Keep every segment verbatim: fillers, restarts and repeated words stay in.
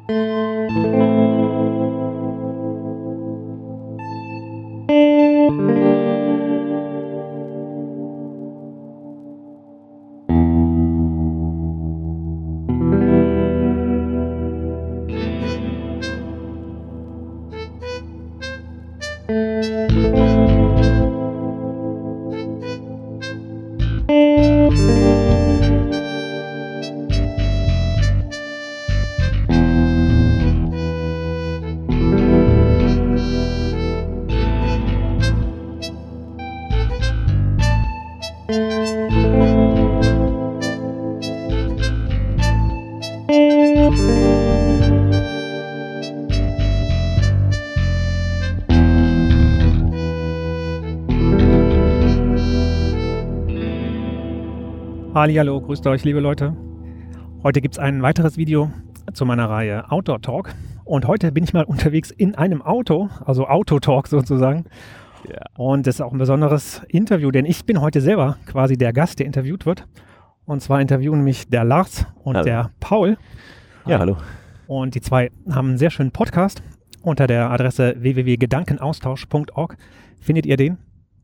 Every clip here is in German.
Hallihallo, grüßt euch, liebe Leute. Heute gibt es ein weiteres Video zu meiner Reihe Outdoor Talk. Und heute bin ich mal unterwegs in einem Auto, also Auto-Talk sozusagen. Ja. Und das ist auch ein besonderes Interview, denn ich bin heute selber quasi der Gast, der interviewt wird. Und zwar interviewen mich der Lars und hallo. Der Paul. Ja, hallo. Und die zwei haben einen sehr schönen Podcast. Unter der Adresse w w w punkt gedankenaustausch punkt org findet ihr den.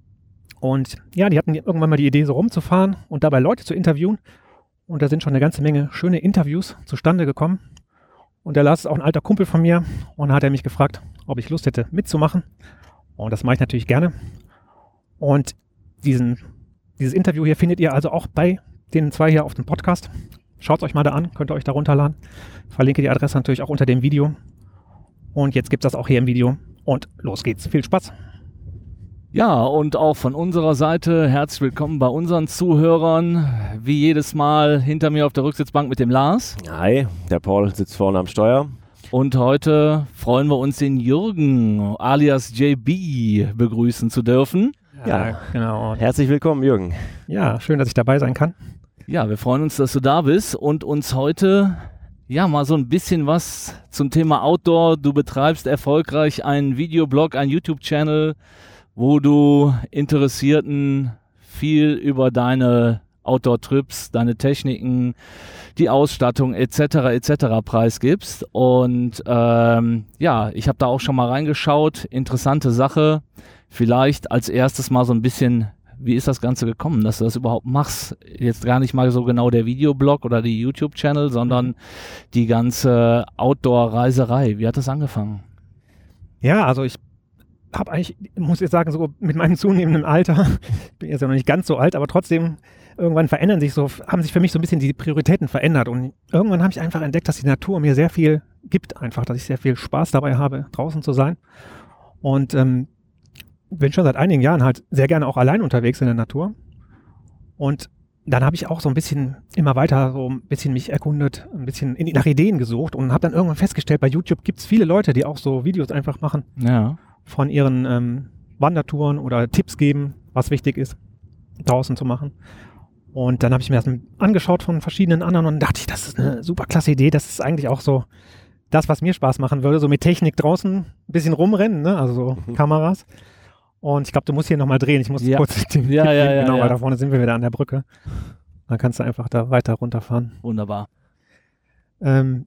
Und ja, die hatten irgendwann mal die Idee, so rumzufahren und dabei Leute zu interviewen. Und da sind schon eine ganze Menge schöne Interviews zustande gekommen. Und der Lars ist auch ein alter Kumpel von mir. Und da hat er mich gefragt, ob ich Lust hätte, mitzumachen. Und das mache ich natürlich gerne. Und diesen, dieses Interview hier findet ihr also auch bei den zwei hier auf dem Podcast. Schaut es euch mal da an, könnt ihr euch da runterladen. Verlinke die Adresse natürlich auch unter dem Video. Und jetzt gibt es das auch hier im Video. Und los geht's. Viel Spaß. Ja, und auch von unserer Seite herzlich willkommen bei unseren Zuhörern. Wie jedes Mal hinter mir auf der Rücksitzbank mit dem Lars. Hi, der Paul sitzt vorne am Steuer. Und heute freuen wir uns, den Jürgen alias J B begrüßen zu dürfen. Ja, ja, genau. Herzlich willkommen, Jürgen. Ja, schön, dass ich dabei sein kann. Ja, wir freuen uns, dass du da bist und uns heute ja mal so ein bisschen was zum Thema Outdoor. Du betreibst erfolgreich einen Videoblog, einen YouTube-Channel, wo du Interessierten viel über deine Outdoor-Trips, deine Techniken, die Ausstattung et cetera et cetera preisgibst. Und ähm, ja, ich habe da auch schon mal reingeschaut. Interessante Sache. Vielleicht als erstes mal so ein bisschen, wie ist das Ganze gekommen, dass du das überhaupt machst? Jetzt gar nicht mal so genau der Videoblog oder die YouTube-Channel, sondern die ganze Outdoor-Reiserei. Wie hat das angefangen? Ja, also ich habe eigentlich, muss ich sagen, so mit meinem zunehmenden Alter, ich bin jetzt ja noch nicht ganz so alt, aber trotzdem, irgendwann verändern sich so, haben sich für mich so ein bisschen die Prioritäten verändert und irgendwann habe ich einfach entdeckt, dass die Natur mir sehr viel gibt einfach, dass ich sehr viel Spaß dabei habe, draußen zu sein und ähm, bin schon seit einigen Jahren halt sehr gerne auch allein unterwegs in der Natur und dann habe ich auch so ein bisschen immer weiter so ein bisschen mich erkundet, ein bisschen in, nach Ideen gesucht und habe dann irgendwann festgestellt, bei YouTube gibt es viele Leute, die auch so Videos einfach machen. Ja. Von ihren ähm, Wandertouren oder Tipps geben, was wichtig ist, draußen zu machen. Und dann habe ich mir das angeschaut von verschiedenen anderen und dachte ich, das ist eine super klasse Idee. Das ist eigentlich auch so das, was mir Spaß machen würde, so mit Technik draußen ein bisschen rumrennen, ne? Also so mhm. Kameras. Und ich glaube, du musst hier nochmal drehen. Ich muss ja. kurz den ja, ja, ja, genau, ja. weil da vorne sind wir wieder an der Brücke. Dann kannst du einfach da weiter runterfahren. Wunderbar. Ähm,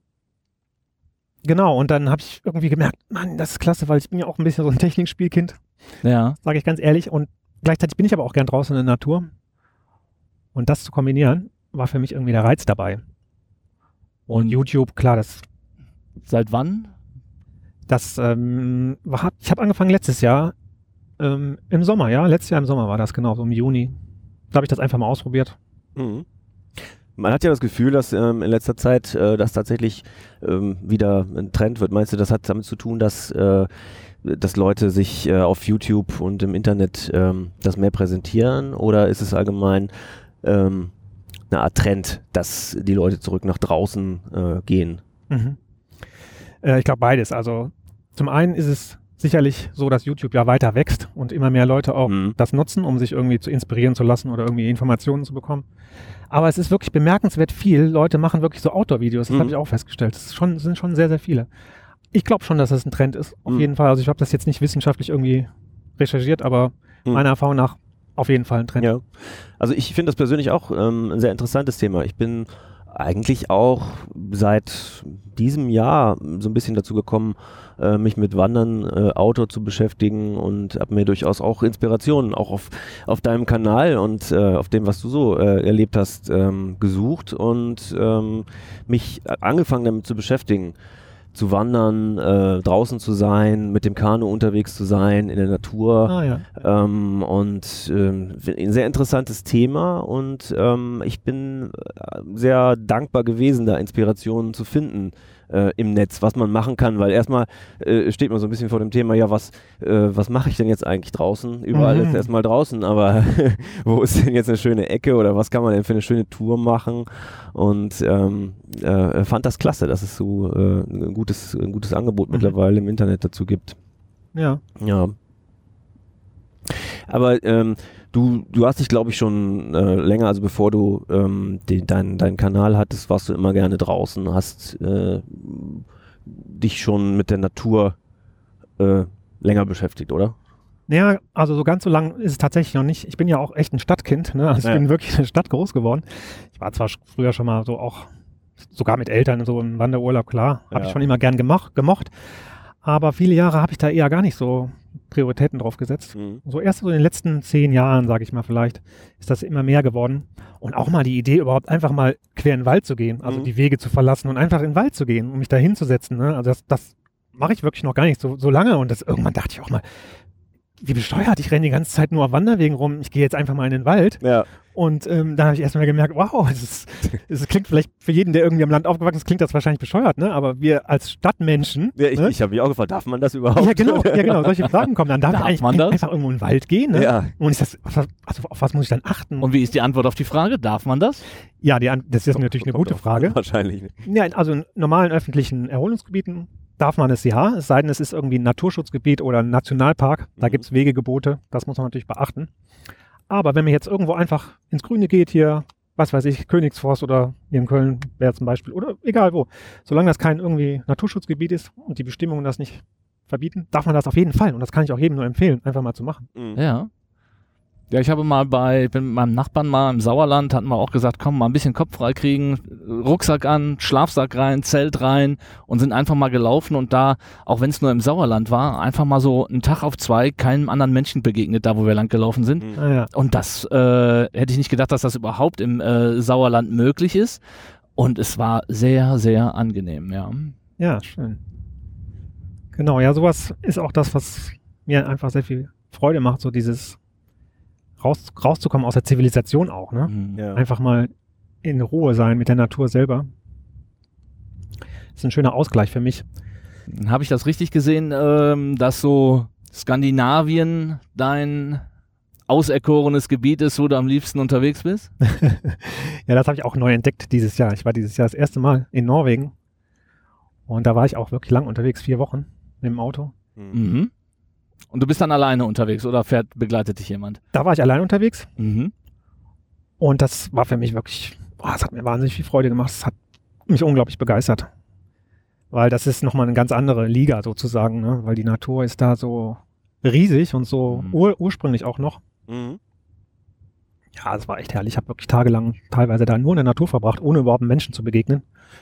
Genau, und dann habe ich irgendwie gemerkt, Mann, das ist klasse, weil ich bin ja auch ein bisschen so ein Technikspielkind, ja. Sage ich ganz ehrlich. Und gleichzeitig bin ich aber auch gern draußen in der Natur. Und das zu kombinieren, war für mich irgendwie der Reiz dabei. Und YouTube, klar, das... Seit wann? Das ähm, war, ich habe angefangen letztes Jahr, ähm, im Sommer, ja, letztes Jahr im Sommer war das, genau, so im Juni. Da habe ich das einfach mal ausprobiert. Mhm. Man hat ja das Gefühl, dass ähm, in letzter Zeit äh, das tatsächlich ähm, wieder ein Trend wird. Meinst du, das hat damit zu tun, dass, äh, dass Leute sich äh, auf YouTube und im Internet ähm, das mehr präsentieren? Oder ist es allgemein ähm, eine Art Trend, dass die Leute zurück nach draußen äh, gehen? Mhm. Äh, ich glaube beides. Also zum einen ist es sicherlich so, dass YouTube ja weiter wächst und immer mehr Leute auch mhm. das nutzen, um sich irgendwie zu inspirieren zu lassen oder irgendwie Informationen zu bekommen. Aber es ist wirklich bemerkenswert viel. Leute machen wirklich so Outdoor-Videos. Das mhm. habe ich auch festgestellt. Das ist schon, sind schon sehr, sehr viele. Ich glaube schon, dass es ein Trend ist. Auf mhm. jeden Fall. Also ich habe das jetzt nicht wissenschaftlich irgendwie recherchiert, aber mhm. meiner Erfahrung nach auf jeden Fall ein Trend. Ja. Also ich finde das persönlich auch ähm, ein sehr interessantes Thema. Ich bin eigentlich auch seit diesem Jahr so ein bisschen dazu gekommen, äh, mich mit Wandern, äh, Outdoor zu beschäftigen und habe mir durchaus auch Inspirationen auch auf, auf deinem Kanal und äh, auf dem, was du so äh, erlebt hast, ähm, gesucht und ähm, mich angefangen damit zu beschäftigen. Zu wandern, äh, draußen zu sein, mit dem Kanu unterwegs zu sein, in der Natur. Ah, ja. Ähm, und ähm, ein sehr interessantes Thema und ähm, ich bin sehr dankbar gewesen, da Inspirationen zu finden äh, im Netz, was man machen kann, weil erstmal äh, steht man so ein bisschen vor dem Thema, ja, was, äh, was mache ich denn jetzt eigentlich draußen? Überall Mhm. ist erstmal draußen, aber wo ist denn jetzt eine schöne Ecke oder was kann man denn für eine schöne Tour machen? Und ähm, äh, fand das klasse, dass es so äh, ein, gutes, ein gutes Angebot Mhm. mittlerweile im Internet dazu gibt. Ja. Ja. Aber ähm, du, du hast dich, glaube ich, schon äh, länger, also bevor du ähm, den, deinen dein Kanal hattest, warst du immer gerne draußen, hast äh, dich schon mit der Natur äh, länger beschäftigt, oder? Naja, also so ganz so lang ist es tatsächlich noch nicht. Ich bin ja auch echt ein Stadtkind, ne? Also ich Ja. bin wirklich in der Stadt groß geworden. Ich war zwar sch- früher schon mal so auch, sogar mit Eltern so im Wanderurlaub, klar, habe Ja. ich schon immer gern gemocht, gemocht. Aber viele Jahre habe ich da eher gar nicht so Prioritäten drauf gesetzt. Mhm. So erst so in den letzten zehn Jahren, sage ich mal vielleicht, ist das immer mehr geworden. Und auch mal die Idee, überhaupt einfach mal quer in den Wald zu gehen, also Mhm. die Wege zu verlassen und einfach in den Wald zu gehen, um mich da hinzusetzen. Ne? Also das, das mache ich wirklich noch gar nicht so, so lange. Und das irgendwann dachte ich auch mal, wie besteuert, ich renne die ganze Zeit nur auf Wanderwegen rum, ich gehe jetzt einfach mal in den Wald. Ja. Und ähm, da habe ich erstmal gemerkt, wow, es, ist, es klingt vielleicht für jeden, der irgendwie am Land aufgewachsen ist, klingt das wahrscheinlich bescheuert, ne? Aber wir als Stadtmenschen, Ja, ich ne? ich habe mich auch gefragt, darf man das überhaupt? ja genau, ja genau, solche Fragen kommen dann. Darf, Darf ich eigentlich man das? einfach irgendwo in den Wald gehen? Ne? Ja. Und ist das, auf was- also auf was muss ich dann achten? Und wie ist die Antwort auf die Frage? Darf man das? ja, die, An- das ist natürlich eine Kommt gute drauf Frage. an, Wahrscheinlich nicht. Ja, also in normalen öffentlichen Erholungsgebieten darf man es ja, es sei denn, es ist irgendwie ein Naturschutzgebiet oder ein Nationalpark. Da Mhm. gibt es Wegegebote, das muss man natürlich beachten. Aber wenn man jetzt irgendwo einfach ins Grüne geht, hier, was weiß ich, Königsforst oder hier in Köln wäre zum Beispiel, oder egal wo, solange das kein irgendwie Naturschutzgebiet ist und die Bestimmungen das nicht verbieten, darf man das auf jeden Fall. Und das kann ich auch jedem nur empfehlen, einfach mal zu machen. Mhm. Ja. Ja, ich habe mal bei, bin mit meinem Nachbarn mal im Sauerland, hatten wir auch gesagt, komm, mal ein bisschen Kopf frei kriegen, Rucksack an, Schlafsack rein, Zelt rein und sind einfach mal gelaufen und da, auch wenn es nur im Sauerland war, einfach mal so einen Tag auf zwei keinem anderen Menschen begegnet, da wo wir lang gelaufen sind. Mhm. Ah, ja. Und das äh, hätte ich nicht gedacht, dass das überhaupt im äh, Sauerland möglich ist. Und es war sehr, sehr angenehm, ja. Ja, schön. Genau, ja, sowas ist auch das, was mir einfach sehr viel Freude macht, so dieses raus, rauszukommen aus der Zivilisation auch, ne? Mhm. Ja. Einfach mal in Ruhe sein mit der Natur selber. Das ist ein schöner Ausgleich für mich. Habe ich das richtig gesehen, ähm, dass so Skandinavien dein auserkorenes Gebiet ist, wo du am liebsten unterwegs bist? Ja, das habe ich auch neu entdeckt dieses Jahr. Ich war dieses Jahr das erste Mal in Norwegen und da war ich auch wirklich lang unterwegs, vier Wochen mit dem Auto. Mhm. Mhm. Und du bist dann alleine unterwegs oder fährt, begleitet dich jemand? Da war ich allein unterwegs Mhm. und das war für mich wirklich, boah, es hat mir wahnsinnig viel Freude gemacht. Es hat mich unglaublich begeistert, weil das ist nochmal eine ganz andere Liga sozusagen, ne? Weil die Natur ist da so riesig und so Mhm. ur ursprünglich auch noch. Mhm. Ja, es war echt herrlich. Ich habe wirklich tagelang teilweise da nur in der Natur verbracht, ohne überhaupt einem Menschen zu begegnen.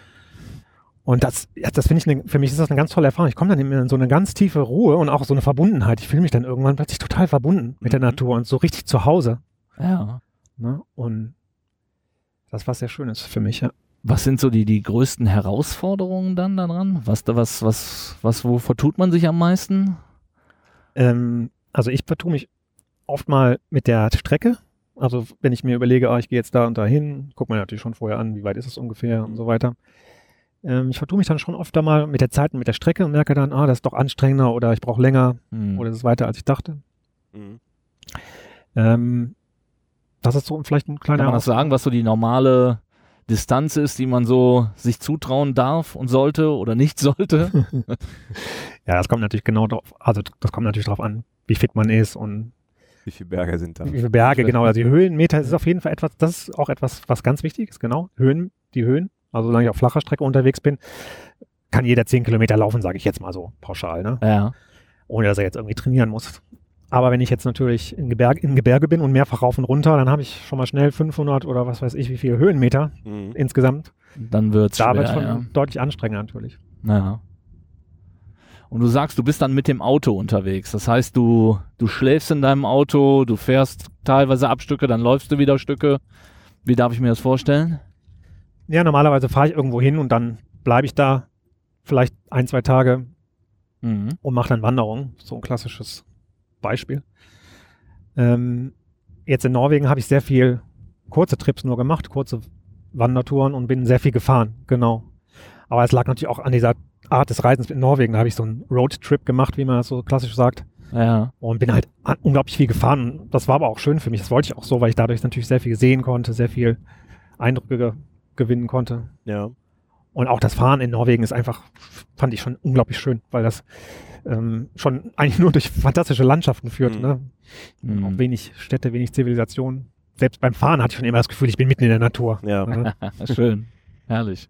Und das, ja, das finde ich, ne, für mich ist das eine ganz tolle Erfahrung. Ich komme dann in so eine ganz tiefe Ruhe und auch so eine Verbundenheit. Ich fühle mich dann irgendwann plötzlich total verbunden mit der Mhm. Natur und so richtig zu Hause. Ja. Ne? Und das war sehr Schönes für mich, ja. Was sind so die, die größten Herausforderungen dann daran? Was, da- was, was, was, wovor tut man sich am meisten? Ähm, also ich vertue mich oft mal mit der Strecke. Also wenn ich mir überlege, ah, ich gehe jetzt da und da hin, gucke mir natürlich schon vorher an, wie weit ist es ungefähr und so weiter. Ähm, ich vertue mich dann schon oft da mal mit der Zeit und mit der Strecke und merke dann, ah, das ist doch anstrengender oder ich brauche länger Hm. oder es ist weiter, als ich dachte. Mhm. Ähm, das ist so vielleicht ein kleiner Kann man das Aus- sagen, was so die normale Distanz ist, die man so sich zutrauen darf und sollte oder nicht sollte? Ja, das kommt natürlich genau drauf, also das kommt natürlich drauf an, wie fit man ist und Wie viele Berge sind da? wie viele Berge, genau. Also die Höhenmeter ist auf jeden Fall etwas, das ist auch etwas, was ganz wichtig ist, genau. Höhen, die Höhen. Also solange ich auf flacher Strecke unterwegs bin, kann jeder zehn Kilometer laufen, sage ich jetzt mal so pauschal, ne? Ja. Ohne dass er jetzt irgendwie trainieren muss. Aber wenn ich jetzt natürlich in Gebirge, in Gebirge bin und mehrfach rauf und runter, dann habe ich schon mal schnell fünfhundert oder was weiß ich, wie viele Höhenmeter Mhm. insgesamt. Dann wird's Da schwer, wird schon ja. deutlich anstrengender natürlich. Ja. Und du sagst, du bist dann mit dem Auto unterwegs. Das heißt, du, du schläfst in deinem Auto, du fährst teilweise Abstücke, dann läufst du wieder Stücke. Wie darf ich mir das vorstellen? Ja, normalerweise fahre ich irgendwo hin und dann bleibe ich da vielleicht ein, zwei Tage Mhm. und mache dann Wanderungen. So ein klassisches Beispiel. Ähm, jetzt in Norwegen habe ich sehr viel kurze Trips nur gemacht, kurze Wandertouren und bin sehr viel gefahren, genau. Aber es lag natürlich auch an dieser Art des Reisens in Norwegen. Da habe ich so einen Roadtrip gemacht, wie man das so klassisch sagt. Ja. Und bin halt an, unglaublich viel gefahren. Das war aber auch schön für mich. Das wollte ich auch so, weil ich dadurch natürlich sehr viel sehen konnte, sehr viel Eindrücke ge gewinnen konnte. Ja. Und auch das Fahren in Norwegen ist einfach, fand ich schon unglaublich schön, weil das ähm, schon eigentlich nur durch fantastische Landschaften führt. Mhm. Ne? Mhm. Auch wenig Städte, wenig Zivilisation. Selbst beim Fahren hatte ich schon immer das Gefühl, ich bin mitten in der Natur. Ja. Ne? Schön. Herrlich.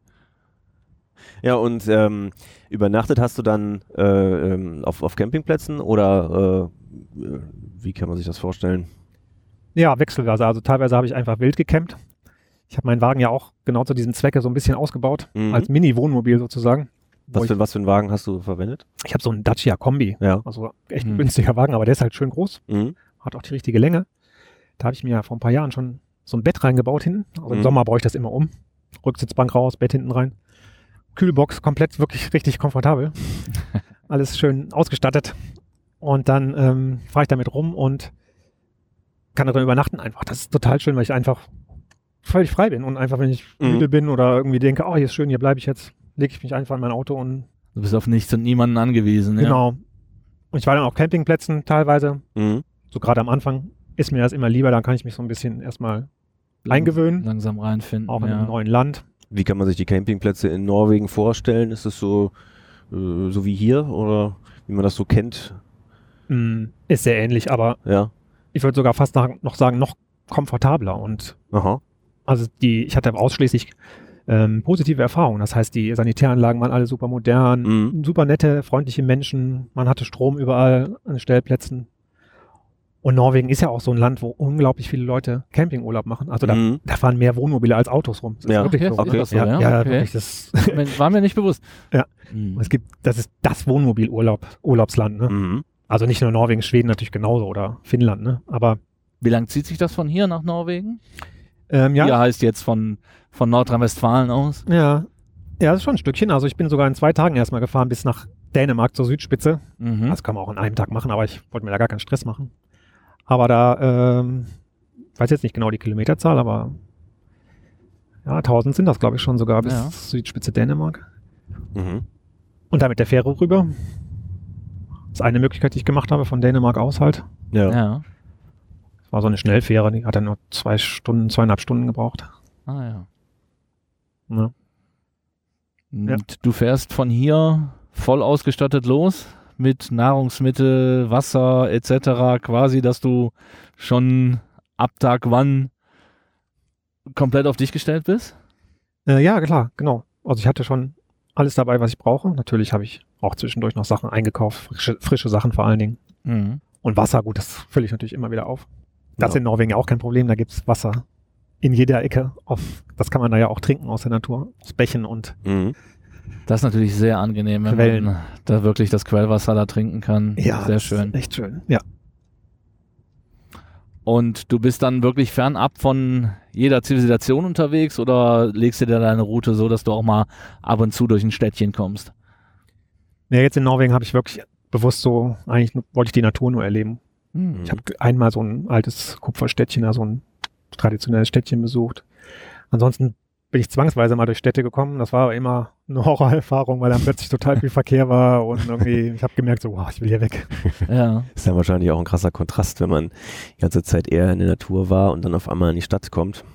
Ja, und ähm, übernachtet hast du dann äh, ähm, auf, auf Campingplätzen oder äh, äh, wie kann man sich das vorstellen? Ja, wechselweise. Also teilweise habe ich einfach wild gecampt. Ich habe meinen Wagen ja auch genau zu diesem Zwecke so ein bisschen ausgebaut, Mhm. als Mini-Wohnmobil sozusagen. Wo Was ich für, was für einen Wagen hast du verwendet? ich habe so einen Dacia Kombi, Ja. also echt ein Mhm. günstiger Wagen, aber der ist halt schön groß, Mhm. hat auch die richtige Länge. Da habe ich mir ja vor ein paar Jahren schon so ein Bett reingebaut hinten. Also im Mhm. Sommer baue ich das immer um. Rücksitzbank raus, Bett hinten rein. Kühlbox, komplett wirklich richtig komfortabel. Alles schön ausgestattet. Und dann ähm, fahre ich damit rum und kann darin übernachten einfach. Das ist total schön, weil ich einfach völlig frei bin und einfach, wenn ich Mhm. müde bin oder irgendwie denke, oh, hier ist schön, hier bleibe ich jetzt, lege ich mich einfach in mein Auto und Du bist auf nichts und niemanden angewiesen. Ja. genau. Und ich war dann auf Campingplätzen teilweise. Mhm. So gerade am Anfang ist mir das immer lieber, dann kann ich mich so ein bisschen erstmal eingewöhnen, Langsam reinfinden. auch in ja. einem neuen Land. Wie kann man sich die Campingplätze in Norwegen vorstellen? Ist es so, äh, so wie hier oder wie man das so kennt? Mm, Ist sehr ähnlich, aber Ja. ich würde sogar fast nach, noch sagen, noch komfortabler. Und Aha. also die, ich hatte ausschließlich ähm, positive Erfahrungen. Das heißt, die Sanitäranlagen waren alle super modern, Mhm. super nette, freundliche Menschen. Man hatte Strom überall an den Stellplätzen. Und Norwegen ist ja auch so ein Land, wo unglaublich viele Leute Campingurlaub machen. Also da, Mhm. da fahren mehr Wohnmobile als Autos rum. Das ist Ja, wirklich okay, so. ist das so, ja, ja? ja, Okay. wirklich. Das, Mensch, war mir nicht bewusst. Ja. Mhm. es gibt, das ist das Wohnmobil-Urlaub, Urlaubsland. Ne? Mhm. Also nicht nur Norwegen, Schweden natürlich genauso oder Finnland. Ne? Aber Wie lang zieht sich das von hier nach Norwegen? ähm, ja, Hier heißt jetzt von, von Nordrhein-Westfalen aus. Ja, ja, das ist schon ein Stückchen. Also ich bin sogar in zwei Tagen erstmal gefahren bis nach Dänemark zur Südspitze. Mhm. Das kann man auch in einem Tag machen, aber ich wollte mir da gar keinen Stress machen. Aber da, ähm, weiß jetzt nicht genau die Kilometerzahl, aber ja, tausend sind das, glaube ich, schon sogar bis Ja. Südspitze Dänemark. Mhm. Und da mit der Fähre rüber. Das ist eine Möglichkeit, die ich gemacht habe, von Dänemark aus halt. Ja. Ja. Das war so eine Schnellfähre, die hat dann nur zwei Stunden, zweieinhalb Stunden gebraucht. Ah ja. Ja. Und Ja. du fährst von hier voll ausgestattet los mit Nahrungsmittel, Wasser et cetera. Quasi, dass du schon ab Tag wann komplett auf dich gestellt bist? Äh, ja, klar, genau. Also ich hatte schon alles dabei, was ich brauche. Natürlich habe ich auch zwischendurch noch Sachen eingekauft, frische, frische Sachen vor allen Dingen. Mhm. Und Wasser, gut, das fülle ich natürlich immer wieder auf. Das ist Ja. in Norwegen ja auch kein Problem, da gibt es Wasser in jeder Ecke. Auf, das kann man da ja auch trinken aus der Natur, aus Bächen und Mhm. Das ist natürlich sehr angenehm, wenn Quellen. man da wirklich das Quellwasser da trinken kann. Sehr das schön. ist echt schön. Ja. Und du bist dann wirklich fernab von jeder Zivilisation unterwegs oder legst du dir deine Route so, dass du auch mal ab und zu durch ein Städtchen kommst? Ja, jetzt in Norwegen habe ich wirklich bewusst so, eigentlich nur, wollte ich die Natur nur erleben. Hm. Ich habe einmal so ein altes Kupferstädtchen, da so ein traditionelles Städtchen besucht. Ansonsten bin ich zwangsweise mal durch Städte gekommen. Das war aber immer eine Horrorerfahrung, weil dann plötzlich total viel Verkehr war und irgendwie, ich habe gemerkt, so, wow, ich will hier weg. Ja. Ist dann wahrscheinlich auch ein krasser Kontrast, wenn man die ganze Zeit eher in der Natur war und dann auf einmal in die Stadt kommt.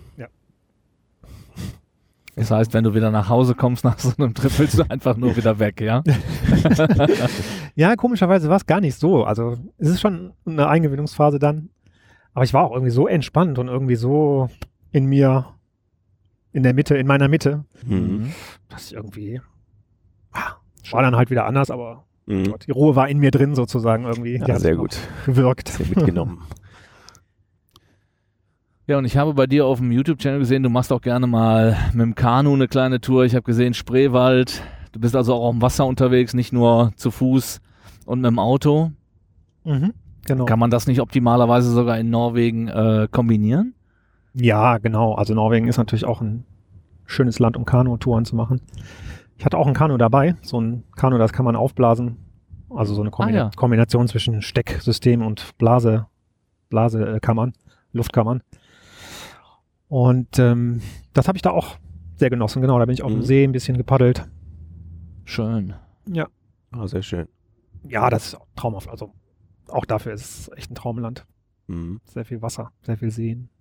Das heißt, wenn du wieder nach Hause kommst nach so einem Trip, willst du einfach nur wieder weg, ja? Ja, komischerweise war es gar nicht so. Also es ist schon eine Eingewöhnungsphase dann. Aber ich war auch irgendwie so entspannt und irgendwie so in mir, in der Mitte, in meiner Mitte, Mhm. dass ich irgendwie, ah, war dann halt wieder anders, aber Mhm. Die Ruhe war in mir drin sozusagen irgendwie. Die Ja, hat sehr noch gut. gewirkt. Sehr mitgenommen. Ja, und ich habe bei dir auf dem YouTube-Channel gesehen, du machst auch gerne mal mit dem Kanu eine kleine Tour. Ich habe gesehen, Spreewald. Du bist also auch auf dem Wasser unterwegs, nicht nur zu Fuß und mit dem Auto. Mhm, genau. Kann man das nicht optimalerweise sogar in Norwegen äh, kombinieren? Ja, genau. Also Norwegen ist natürlich auch ein schönes Land, um Kanutouren zu machen. Ich hatte auch ein Kanu dabei. So ein Kanu, das kann man aufblasen. Also so eine Kombina- Ah, ja. Kombination zwischen Stecksystem und Blase, Blasekammern, Luftkammern. Und ähm, das habe ich da auch sehr genossen. Genau, da bin ich auf Mhm. dem See ein bisschen gepaddelt. Schön. Ja. Ah, sehr schön. Ja, das ist auch traumhaft. Also auch dafür ist es echt ein Traumland. Mhm. Sehr viel Wasser, sehr viel Seen.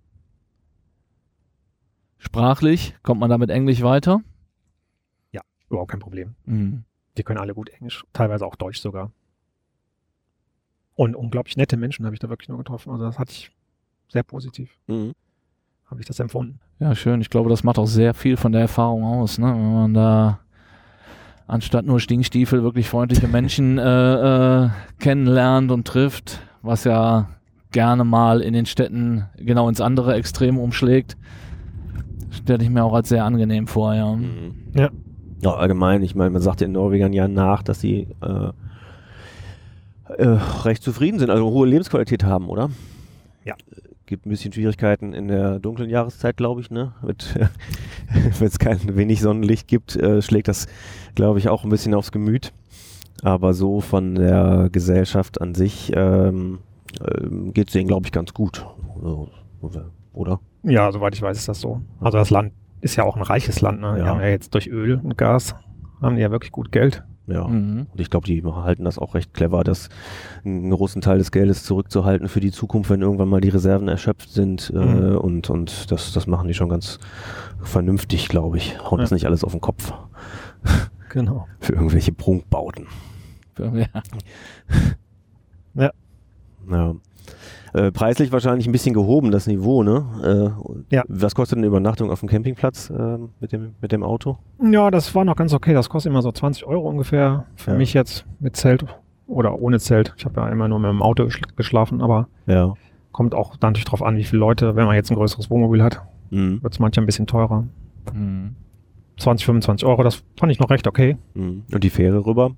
Sprachlich, kommt man damit Englisch weiter? Überhaupt kein Problem. Mhm. Die können alle gut Englisch, teilweise auch Deutsch sogar. Und unglaublich nette Menschen habe ich da wirklich nur getroffen. Also das hatte ich sehr positiv, Mhm. habe ich das empfunden. Ja, schön. Ich glaube, das macht auch sehr viel von der Erfahrung aus, ne? Wenn man da anstatt nur Stinkstiefel wirklich freundliche Menschen äh, äh, kennenlernt und trifft, was ja gerne mal in den Städten genau ins andere Extrem umschlägt, stelle ich mir auch als sehr angenehm vor, ja. Mhm. Ja. Ja, allgemein, ich meine, man sagt den Norwegern ja nach, dass sie äh, äh, recht zufrieden sind, also hohe Lebensqualität haben, oder? Ja. Gibt ein bisschen Schwierigkeiten in der dunklen Jahreszeit, glaube ich, ne? Wenn es kein wenig Sonnenlicht gibt, äh, schlägt das, glaube ich, auch ein bisschen aufs Gemüt. Aber so von der Gesellschaft an sich ähm, ähm, geht es denen, glaube ich, ganz gut. Also, oder? Ja, soweit ich weiß, ist das so. Also das Land ist ja auch ein reiches Land. Ne? Die Ja. haben ja jetzt durch Öl und Gas, haben die ja wirklich gut Geld. Ja. Mhm. Und ich glaube, die halten das auch recht clever, das einen großen Teil des Geldes zurückzuhalten für die Zukunft, wenn irgendwann mal die Reserven erschöpft sind. Äh, Mhm. und und das, das machen die schon ganz vernünftig, glaube ich. Hauen das Ja. nicht alles auf den Kopf Genau. für irgendwelche Prunkbauten. Ja. Ja. Äh, preislich wahrscheinlich ein bisschen gehoben, das Niveau, ne? Äh, Ja. Was kostet eine Übernachtung auf dem Campingplatz äh, mit, dem, mit dem Auto? Ja, das war noch ganz okay. Das kostet immer so zwanzig Euro ungefähr. Für Ja. mich jetzt mit Zelt oder ohne Zelt. Ich habe ja immer nur mit dem Auto geschl- geschlafen, aber Ja. kommt auch dann natürlich drauf an, wie viele Leute, wenn man jetzt ein größeres Wohnmobil hat, Mhm. wird es manchmal ein bisschen teurer. Mhm. zwanzig, fünfundzwanzig Euro, das fand ich noch recht okay. Mhm. Und die Fähre rüber?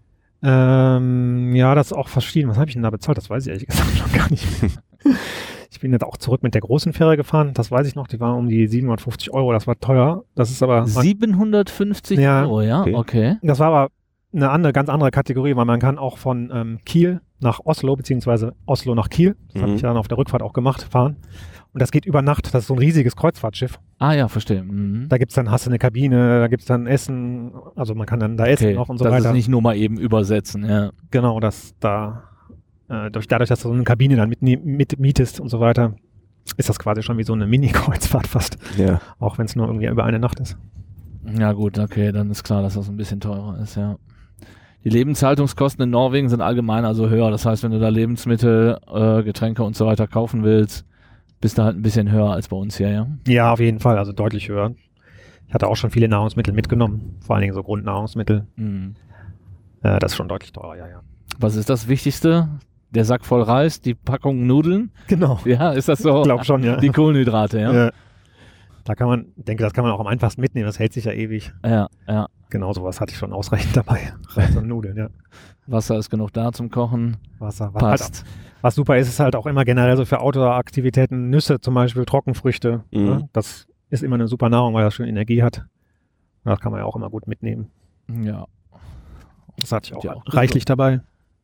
Ähm, ja, das ist auch verschieden. Was habe ich denn da bezahlt? Das weiß ich ehrlich gesagt noch gar nicht mehr. Ich bin jetzt auch zurück mit der großen Fähre gefahren. Das weiß ich noch. Die war um die siebenhundertfünfzig Euro. Das war teuer. Das ist aber, siebenhundertfünfzig Ja. Euro, ja? Okay. Okay. das war aber eine andere, ganz andere Kategorie, weil man kann auch von ähm, Kiel nach Oslo, beziehungsweise Oslo nach Kiel, das habe Mhm. ich dann auf der Rückfahrt auch gemacht, fahren. Und das geht über Nacht. Das ist so ein riesiges Kreuzfahrtschiff. Ah ja, verstehe. Mhm. Da gibt's dann, hast du eine Kabine, da gibt's dann Essen. Also man kann dann da essen Okay, noch und so das weiter. ist nicht nur mal eben übersetzen, ja. Genau, dass da äh, durch, dadurch, dass du so eine Kabine dann mit, mit mietest und so weiter, ist das quasi schon wie so eine Mini-Kreuzfahrt fast. Ja. Auch wenn es nur irgendwie über eine Nacht ist. Ja gut, okay, dann ist klar, dass das ein bisschen teurer ist, ja. Die Lebenshaltungskosten in Norwegen sind allgemein also höher. Das heißt, wenn du da Lebensmittel, äh, Getränke und so weiter kaufen willst, bist du halt ein bisschen höher als bei uns hier, ja. Ja, auf jeden Fall, also deutlich höher. Ich hatte auch schon viele Nahrungsmittel mitgenommen, vor allen Dingen so Grundnahrungsmittel. Mhm. Äh, das ist schon deutlich teurer, ja, ja. Was ist das Wichtigste? Der Sack voll Reis, die Packung Nudeln? Genau. Ja, ist das so? Ich glaube schon, ja. Die Kohlenhydrate, ja. Ja. Da kann man, denke, das kann man auch am einfachsten mitnehmen, das hält sich ja ewig. Ja, ja. Genau, sowas hatte ich schon ausreichend dabei. Reis und Nudeln, ja. Wasser ist genug da zum Kochen. Wasser, was, halt, Passt. was super ist, ist halt auch immer generell so für Outdoor-Aktivitäten, Nüsse zum Beispiel, Trockenfrüchte. Mhm. Ne? Das ist immer eine super Nahrung, weil das schön Energie hat. Und das kann man ja auch immer gut mitnehmen. Ja. Das hatte ich auch, Ja, auch reichlich dabei.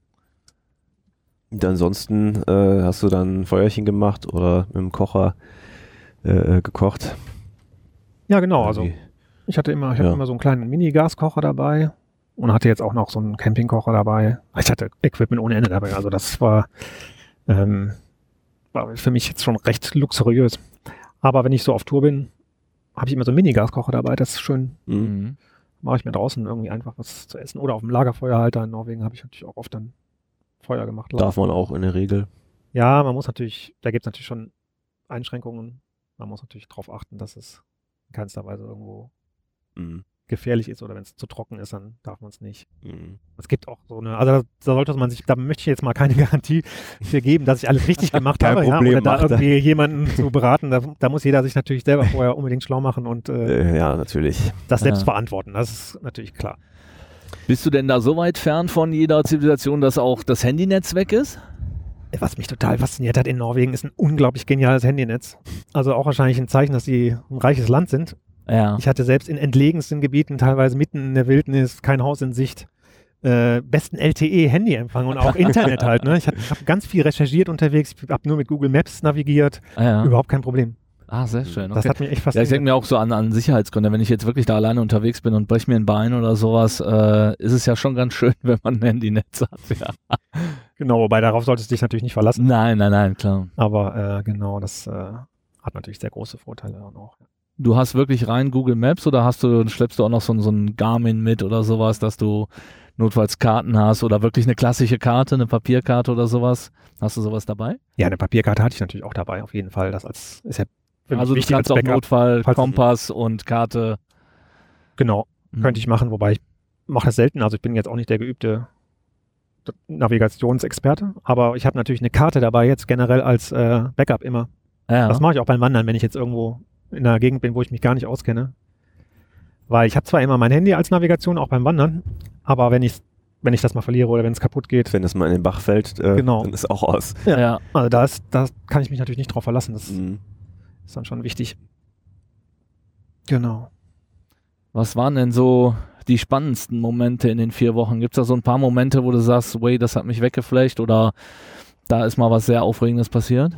Und ansonsten äh, hast du dann ein Feuerchen gemacht oder mit dem Kocher äh, gekocht? Ja, genau. Also Irgendwie. ich hatte immer, ich hatte Ja. immer so einen kleinen Mini-Gaskocher dabei und hatte jetzt auch noch so einen Campingkocher dabei. Ich hatte Equipment ohne Ende dabei. Also das war, ähm, war für mich jetzt schon recht luxuriös. Aber wenn ich so auf Tour bin, habe ich immer so einen Mini-Gaskocher dabei. Das ist schön. Mhm. Mhm. Mache ich mir draußen irgendwie einfach was zu essen. Oder auf dem Lagerfeuerhalter in Norwegen habe ich natürlich auch oft dann Feuer gemacht. Darf man auch in der Regel. Ja, man muss natürlich, da gibt es natürlich schon Einschränkungen. Man muss natürlich darauf achten, dass es in keinster Weise irgendwo Mhm. gefährlich ist oder wenn es zu trocken ist, dann darf man es nicht. Mhm. Es gibt auch so eine, also da, da sollte man sich, da möchte ich jetzt mal keine Garantie für geben, dass ich alles richtig gemacht Kein habe, ja, Problem, oder da macht er. irgendwie jemanden zu beraten. Da, da muss jeder sich natürlich selber vorher unbedingt schlau machen und äh, Äh, ja, natürlich. das selbst Ja. verantworten. Das ist natürlich klar. Bist du denn da so weit fern von jeder Zivilisation, dass auch das Handynetz weg ist? Was mich total fasziniert hat in Norwegen, ist ein unglaublich geniales Handynetz. Also auch wahrscheinlich ein Zeichen, dass sie ein reiches Land sind. Ja. Ich hatte selbst in entlegensten Gebieten, teilweise mitten in der Wildnis, kein Haus in Sicht, äh, besten L T E-Handyempfang und auch Internet halt. Ne? Ich habe hab ganz viel recherchiert unterwegs, habe nur mit Google Maps navigiert, Ah, ja. überhaupt kein Problem. Ah, sehr schön. Das Okay. hat mich echt Ja, ich fasziniert. denke mir auch so an, an Sicherheitsgründe. Wenn ich jetzt wirklich da alleine unterwegs bin und breche mir ein Bein oder sowas, äh, ist es ja schon ganz schön, wenn man ein Handynetz hat. Ja. Genau, wobei darauf solltest du dich natürlich nicht verlassen. Nein, nein, nein, klar. Aber äh, genau, das äh, hat natürlich sehr große Vorteile auch noch. Du hast wirklich rein Google Maps oder hast du, schleppst du auch noch so, ein- so ein Garmin mit oder sowas, dass du notfalls Karten hast oder wirklich eine klassische Karte, eine Papierkarte oder sowas? Hast du sowas dabei? Ja, eine Papierkarte hatte ich natürlich auch dabei, auf jeden Fall. Das als ist ja für mich Also du wichtig kannst als auch Backup. Notfall, falls- Kompass und Karte. Genau, Mhm. könnte ich machen, wobei ich mache das selten. Also ich bin jetzt auch nicht der geübte Navigationsexperte, aber ich habe natürlich eine Karte dabei jetzt generell als äh, Backup immer. Ja. Das mache ich auch beim Wandern, wenn ich jetzt irgendwo in einer Gegend bin, wo ich mich gar nicht auskenne. Weil ich habe zwar immer mein Handy als Navigation, auch beim Wandern, aber wenn ich wenn ich das mal verliere oder wenn es kaputt geht, Wenn das mal in den Bach fällt, äh, Genau. dann ist auch aus. Ja. ja. also da ist, da kann ich mich natürlich nicht drauf verlassen. Das Mhm. ist dann schon wichtig. Genau. Was waren denn so die spannendsten Momente in den vier Wochen? Gibt es da so ein paar Momente, wo du sagst, wait, das hat mich weggeflasht oder da ist mal was sehr Aufregendes passiert?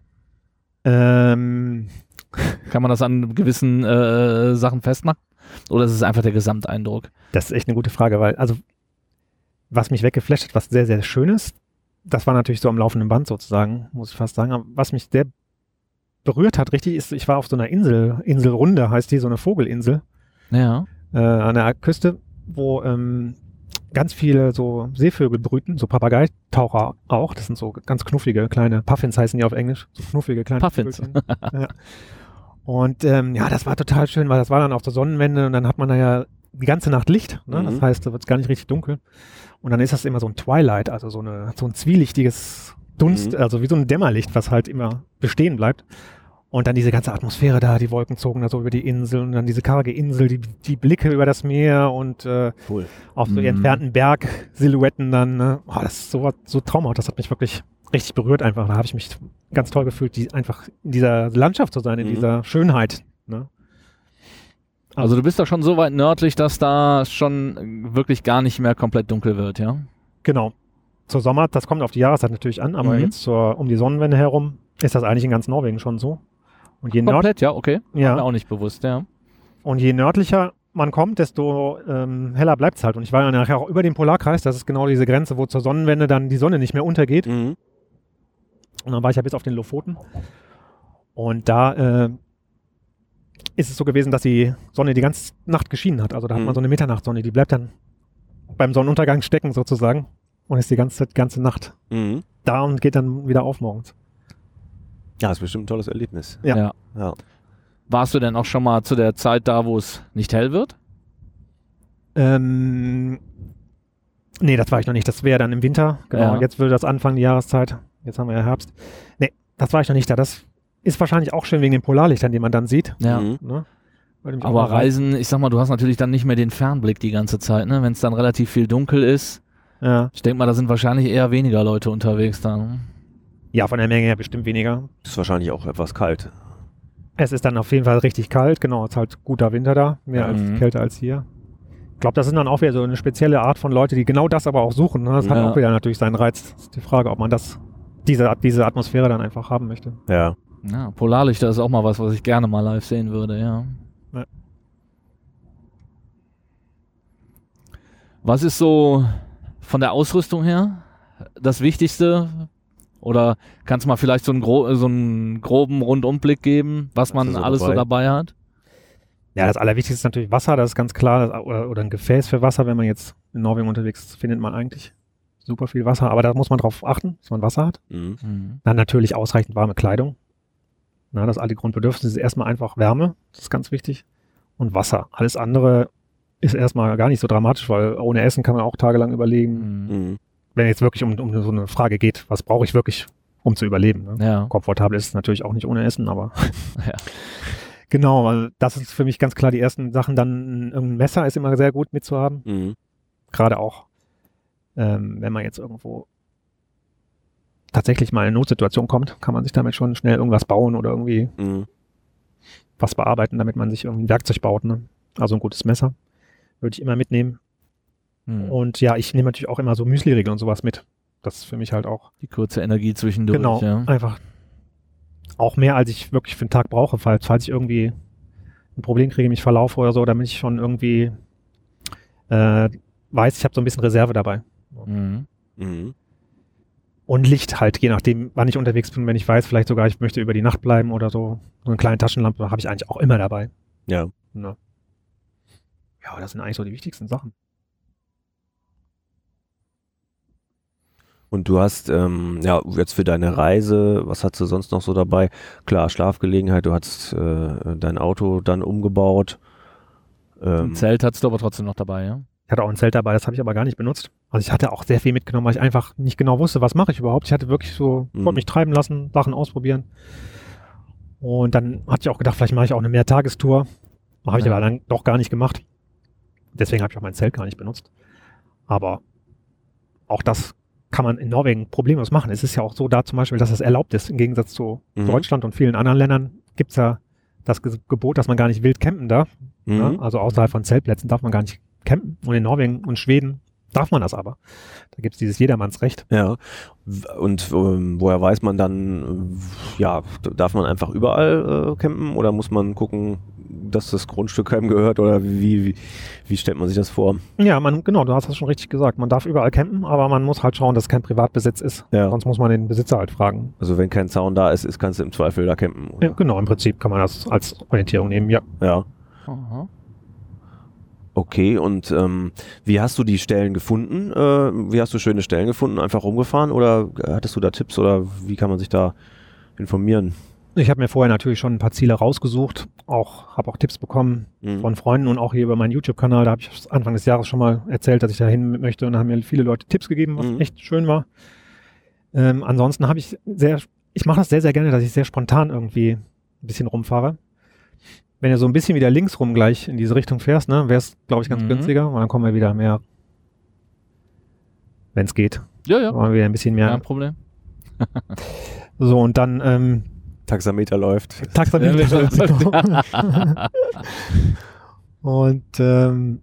Ähm, Kann man das an gewissen äh, Sachen festmachen? Oder ist es einfach der Gesamteindruck? Das ist echt eine gute Frage, weil, also, was mich weggeflasht hat, was sehr, sehr Schönes, das war natürlich so am laufenden Band sozusagen, muss ich fast sagen. Aber was mich sehr berührt hat, richtig, ist, ich war auf so einer Insel, Inselrunde heißt die, so eine Vogelinsel, Ja. äh, an der Küste, wo ähm, ganz viele so Seevögel brüten, so Papageitaucher auch, das sind so ganz knuffige kleine, Puffins heißen die auf Englisch, so knuffige kleine Puffins. Vögelchen. Ja. Und ähm, ja, das war total schön, weil das war dann auf der Sonnenwende und dann hat man da ja die ganze Nacht Licht, ne? Mhm. Das heißt, da wird es gar nicht richtig dunkel. Und dann ist das immer so ein Twilight, also so, eine, so ein zwielichtiges Dunst, Mhm. also wie so ein Dämmerlicht, was halt immer bestehen bleibt. Und dann diese ganze Atmosphäre da, die Wolken zogen da so über die Insel und dann diese karge Insel, die, die Blicke über das Meer und äh, Cool. auf so die Mhm. entfernten Bergsilhouetten dann. Ne? Oh, das ist so, so traumhaft, das hat mich wirklich richtig berührt einfach. Da habe ich mich ganz toll gefühlt, die, einfach in dieser Landschaft zu sein, in Mhm. dieser Schönheit. Ne? Also du bist da schon so weit nördlich, dass da schon wirklich gar nicht mehr komplett dunkel wird, ja? Genau. Zur Sommer, das kommt auf die Jahreszeit natürlich an, aber Mhm. jetzt zur, um die Sonnenwende herum ist das eigentlich in ganz Norwegen schon so. Und je, nörd Komplett, ja, okay. War mir ja, auch nicht bewusst, ja. und je nördlicher man kommt, desto ähm, heller bleibt es halt. Und ich war ja nachher auch über dem Polarkreis, das ist genau diese Grenze, wo zur Sonnenwende dann die Sonne nicht mehr untergeht. Mhm. Und dann war ich ja bis auf den Lofoten. Und da äh, ist es so gewesen, dass die Sonne die ganze Nacht geschienen hat. Also da hat Mhm. man so eine Mitternachtssonne, die bleibt dann beim Sonnenuntergang stecken sozusagen und ist die ganze, ganze Nacht Mhm. da und geht dann wieder auf morgens. Ja, das ist bestimmt ein tolles Erlebnis. Ja. Ja. Ja. Warst du denn auch schon mal zu der Zeit da, wo es nicht hell wird? Ähm, nee, das war ich noch nicht. Das wäre dann im Winter. Genau, Ja. jetzt würde das anfangen, die Jahreszeit. Jetzt haben wir ja Herbst. Nee, das war ich noch nicht da. Das ist wahrscheinlich auch schön wegen den Polarlichtern, die man dann sieht. Ja. Mhm. Ne? Würde mich auch Aber mal reizen. Reisen, ich sag mal, du hast natürlich dann nicht mehr den Fernblick die ganze Zeit, ne? Wenn es dann relativ viel dunkel ist. Ja. Ich denke mal, da sind wahrscheinlich eher weniger Leute unterwegs dann. ja, von der Menge her bestimmt weniger. Ist wahrscheinlich auch etwas kalt. Es ist dann auf jeden Fall richtig kalt. Genau, es ist halt guter Winter da. Mehr Ja. als Mhm. kälter als hier. Ich glaube, das sind dann auch wieder so eine spezielle Art von Leute, die genau das aber auch suchen. Ne? Das hat Ja. auch wieder natürlich seinen Reiz. Das ist die Frage, ob man das, diese, diese Atmosphäre dann einfach haben möchte. Ja. Ja, Polarlichter ist auch mal was, was ich gerne mal live sehen würde, ja. Ja. Was ist so von der Ausrüstung her das Wichtigste? Oder kannst du mal vielleicht so einen, gro so einen groben Rundumblick geben, was Was man ist so alles so dabei? dabei hat? Ja, das Allerwichtigste ist natürlich Wasser, das ist ganz klar. Das, oder, oder ein Gefäß für Wasser, wenn man jetzt in Norwegen unterwegs ist, findet man eigentlich super viel Wasser. Aber da muss man drauf achten, dass man Wasser hat. Mhm. Mhm. Dann natürlich ausreichend warme Kleidung. Na, das alle Grundbedürfnisse ist erstmal einfach Wärme, das ist ganz wichtig. Und Wasser. Alles andere ist erstmal gar nicht so dramatisch, weil ohne Essen kann man auch tagelang überleben. Mhm. Wenn jetzt wirklich um, um so eine Frage geht, was brauche ich wirklich, um zu überleben? Ne? Ja. Komfortabel ist es natürlich auch nicht ohne Essen, aber Ja. genau, also das ist für mich ganz klar die ersten Sachen. Dann ein Messer ist immer sehr gut mitzuhaben. Mhm. Gerade auch, ähm, wenn man jetzt irgendwo tatsächlich mal in eine Notsituation kommt, kann man sich damit schon schnell irgendwas bauen oder irgendwie Mhm. was bearbeiten, damit man sich irgendwie ein Werkzeug baut. Ne? Also ein gutes Messer würde ich immer mitnehmen. Hm. Und ja, ich nehme natürlich auch immer so Müsli-Riegel und sowas mit. Das ist für mich halt auch Die kurze Energie zwischendurch. genau Ja. einfach auch mehr, als ich wirklich für den Tag brauche, falls, falls ich irgendwie ein Problem kriege, mich verlaufe oder so, damit ich schon irgendwie äh, weiß, ich habe so ein bisschen Reserve dabei. Mhm. Mhm. Und Licht halt, je nachdem, wann ich unterwegs bin, wenn ich weiß, vielleicht sogar, ich möchte über die Nacht bleiben oder so. So eine kleine Taschenlampe habe ich eigentlich auch immer dabei. Ja. Ne? Ja, das sind eigentlich so die wichtigsten Sachen. Und du hast, ähm, ja, jetzt für deine Reise, was hast du sonst noch so dabei? Klar, Schlafgelegenheit, du hast äh, dein Auto dann umgebaut. Ähm, Ein Zelt hattest du aber trotzdem noch dabei, ja? Ich hatte auch ein Zelt dabei, das habe ich aber gar nicht benutzt. Also ich hatte auch sehr viel mitgenommen, weil ich einfach nicht genau wusste, was mache ich überhaupt. Ich hatte wirklich so, Mhm. wollte mich treiben lassen, Sachen ausprobieren. Und dann hatte ich auch gedacht, vielleicht mache ich auch eine Mehrtagestour. Habe ich Ja. aber dann doch gar nicht gemacht. Deswegen habe ich auch mein Zelt gar nicht benutzt. Aber auch das kann man in Norwegen problemlos machen. Es ist ja auch so da zum Beispiel, dass es erlaubt ist. Im Gegensatz zu Mhm. Deutschland und vielen anderen Ländern gibt es ja das Ge- Gebot, dass man gar nicht wild campen darf. mhm. Ja? Also außerhalb von Zeltplätzen darf man gar nicht campen. Und in Norwegen und Schweden darf man das aber. Da gibt es dieses Jedermannsrecht. Ja. W- Und ähm, woher weiß man dann, äh, ja, d- darf man einfach überall äh, campen oder muss man gucken, dass das Grundstück keinem gehört oder wie, wie, wie stellt man sich das vor? Ja, man, genau, du hast das schon richtig gesagt. Man darf überall campen, aber man muss halt schauen, dass es kein Privatbesitz ist. Ja. Sonst muss man den Besitzer halt fragen. Also wenn kein Zaun da ist, ist kannst du im Zweifel da campen. Oder? Ja, genau, im Prinzip kann man das als Orientierung nehmen, ja. Ja. Aha. Okay, und ähm, wie hast du die Stellen gefunden? Äh, wie hast du schöne Stellen gefunden? Einfach rumgefahren oder hattest du da Tipps oder wie kann man sich da informieren? Ich habe mir vorher natürlich schon ein paar Ziele rausgesucht, auch habe auch Tipps bekommen Mhm. von Freunden und auch hier über meinen YouTube-Kanal. Da habe ich Anfang des Jahres schon mal erzählt, dass ich da hin möchte und da haben mir viele Leute Tipps gegeben, was Mhm. echt schön war. Ähm, ansonsten habe ich sehr, ich mache das sehr, sehr gerne, dass ich sehr spontan irgendwie ein bisschen rumfahre. Wenn du so ein bisschen wieder links rum gleich in diese Richtung fährst, ne, wäre es, glaube ich, ganz Mhm. günstiger, weil dann kommen wir wieder mehr, wenn es geht, Ja, ja. wollen wir wieder ein bisschen mehr. Kein Problem. So, und dann ähm, Taxameter läuft. Taxameter. Und ähm,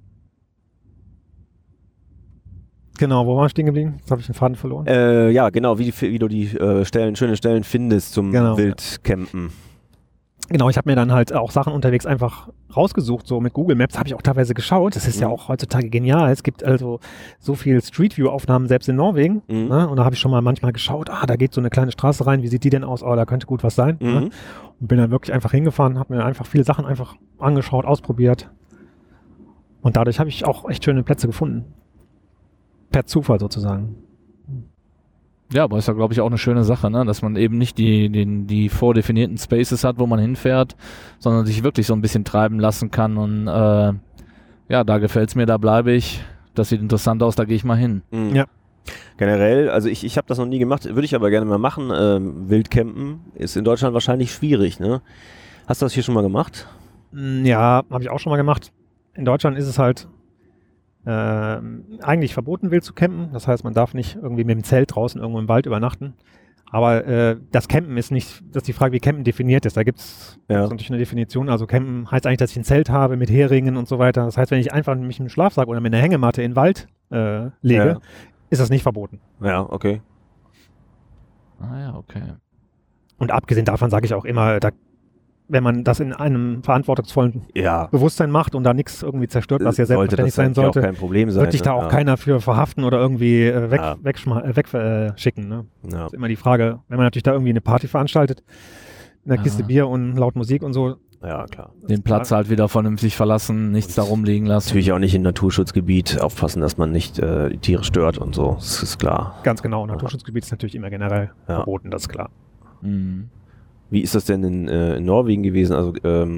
genau, wo waren wir stehen geblieben? Jetzt habe ich den Faden verloren. Äh, ja, genau, wie, die, wie du die äh, Stellen, schöne Stellen findest zum Genau. Wildcampen. Genau, ich habe mir dann halt auch Sachen unterwegs einfach rausgesucht, so mit Google Maps habe ich auch teilweise geschaut. Das ist ja Mhm. auch heutzutage genial. Es gibt also so viel Street View Aufnahmen selbst in Norwegen. Mhm. Ne? Und da habe ich schon mal manchmal geschaut, ah, da geht so eine kleine Straße rein, wie sieht die denn aus? Oh, da könnte gut was sein. Ne? Mhm. Und bin dann wirklich einfach hingefahren, habe mir einfach viele Sachen einfach angeschaut, ausprobiert. Und dadurch habe ich auch echt schöne Plätze gefunden. Per Zufall sozusagen. Ja, aber ist ja, glaube ich, auch eine schöne Sache, ne? Dass man eben nicht die, den, die vordefinierten Spaces hat, wo man hinfährt, sondern sich wirklich so ein bisschen treiben lassen kann und äh, ja, da gefällt's mir, da bleibe ich, das sieht interessant aus, da gehe ich mal hin. Mhm. Ja. Generell, also ich, ich habe das noch nie gemacht, würde ich aber gerne mal machen. Ähm, Wildcampen ist in Deutschland wahrscheinlich schwierig, ne? Hast du das hier schon mal gemacht? Mm, Ja, habe ich auch schon mal gemacht. In Deutschland ist es halt ähm, eigentlich verboten, wild zu campen. Das heißt, man darf nicht irgendwie mit dem Zelt draußen irgendwo im Wald übernachten. Aber äh, das Campen ist nicht, das ist die Frage, wie Campen definiert ist. Da gibt es Ja. natürlich eine Definition. Also Campen heißt eigentlich, dass ich ein Zelt habe mit Heringen und so weiter. Das heißt, wenn ich einfach mich im Schlafsack oder mit einer Hängematte in den Wald äh, lege, Ja. ist das nicht verboten. Ja, okay. Ah ja, okay. Und abgesehen davon sage ich auch immer, da, wenn man das in einem verantwortungsvollen Ja. Bewusstsein macht und da nichts irgendwie zerstört, was ja Sollte selbstverständlich das sein eigentlich auch sollte, kein Problem sein. wird dich da ne? auch keiner für verhaften oder irgendwie äh, weg, Ja. wegschicken. Äh, weg, äh, schicken, ne? Ja. Das ist immer die Frage, wenn man natürlich da irgendwie eine Party veranstaltet, in einer Ah. Kiste Bier und laut Musik und so. Ja, klar. Den Platz halt wieder vernünftig verlassen, nichts da rumliegen lassen. Natürlich auch nicht im Naturschutzgebiet aufpassen, dass man nicht äh, die Tiere stört und so. Das ist klar. Ganz genau, Naturschutzgebiet ist natürlich immer generell Ja. verboten, das ist klar. Mhm. Wie ist das denn in, äh, in Norwegen gewesen? Also ähm,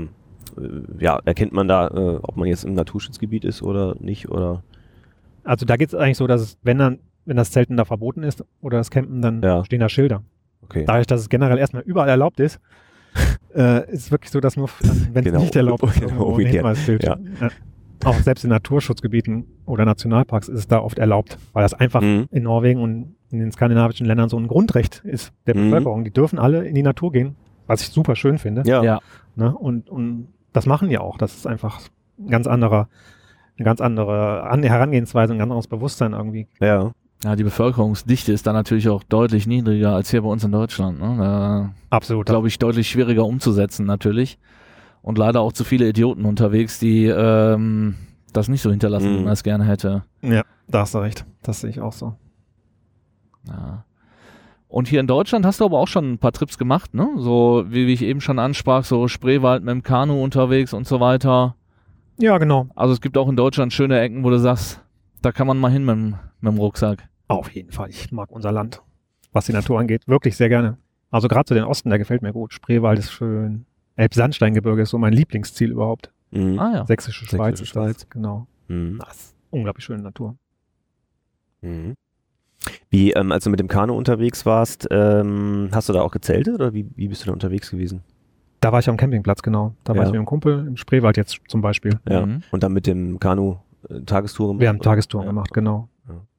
ja, erkennt man da, äh, ob man jetzt im Naturschutzgebiet ist oder nicht? Oder? Also da geht es eigentlich so, dass es, wenn dann, wenn das Zelten da verboten ist oder das Campen, dann Ja. stehen da Schilder. Okay. Dadurch, dass es generell erstmal überall erlaubt ist, äh, ist es wirklich so, dass nur, wenn es Genau. nicht erlaubt ist, Genau, irgendwo ein umgekehrt. Hinweisschild. Ja. Ja. Auch selbst in Naturschutzgebieten oder Nationalparks ist es da oft erlaubt, weil das einfach Mhm. in Norwegen und in den skandinavischen Ländern so ein Grundrecht ist der Mhm. Bevölkerung. Die dürfen alle in die Natur gehen, was ich super schön finde. Ja. Ja. Ne? Und, und das machen die auch. Das ist einfach ein ganz anderer, eine ganz andere An- Herangehensweise, ein ganz anderes Bewusstsein irgendwie. Ja. Ja, die Bevölkerungsdichte ist da natürlich auch deutlich niedriger als hier bei uns in Deutschland. Ne? Da, Absolut. glaube ich, deutlich schwieriger umzusetzen natürlich. Und leider auch zu viele Idioten unterwegs, die ähm, das nicht so hinterlassen, wie Mhm. man es gerne hätte. Ja, da hast du recht. Das sehe ich auch so. Ja. Und hier in Deutschland hast du aber auch schon ein paar Trips gemacht, ne? So wie, wie ich eben schon ansprach, so Spreewald mit dem Kanu unterwegs und so weiter. Ja, genau. Also es gibt auch in Deutschland schöne Ecken, wo du sagst, da kann man mal hin mit, dem- mit dem Rucksack. Auf jeden Fall. Ich mag unser Land, was die Natur angeht, wirklich sehr gerne. Also gerade zu den Osten, der gefällt mir gut. Spreewald ist schön. Elbsandsteingebirge ist so mein Lieblingsziel überhaupt. Mhm. Ah ja. Sächsische Schweiz Sächsische ist das. Schweiz. Genau. Mhm. Das ist unglaublich schöne Natur. Mhm. Wie, ähm, als du mit dem Kanu unterwegs warst, ähm, hast du da auch gezeltet oder wie, wie bist du da unterwegs gewesen? Da war ich am Campingplatz, genau. Da war Ja. ich mit einem Kumpel im Spreewald jetzt zum Beispiel. Ja. Mhm. Und dann mit dem Kanu äh, Tagestour gemacht? Wir haben oder? Tagestouren Ja. gemacht, genau.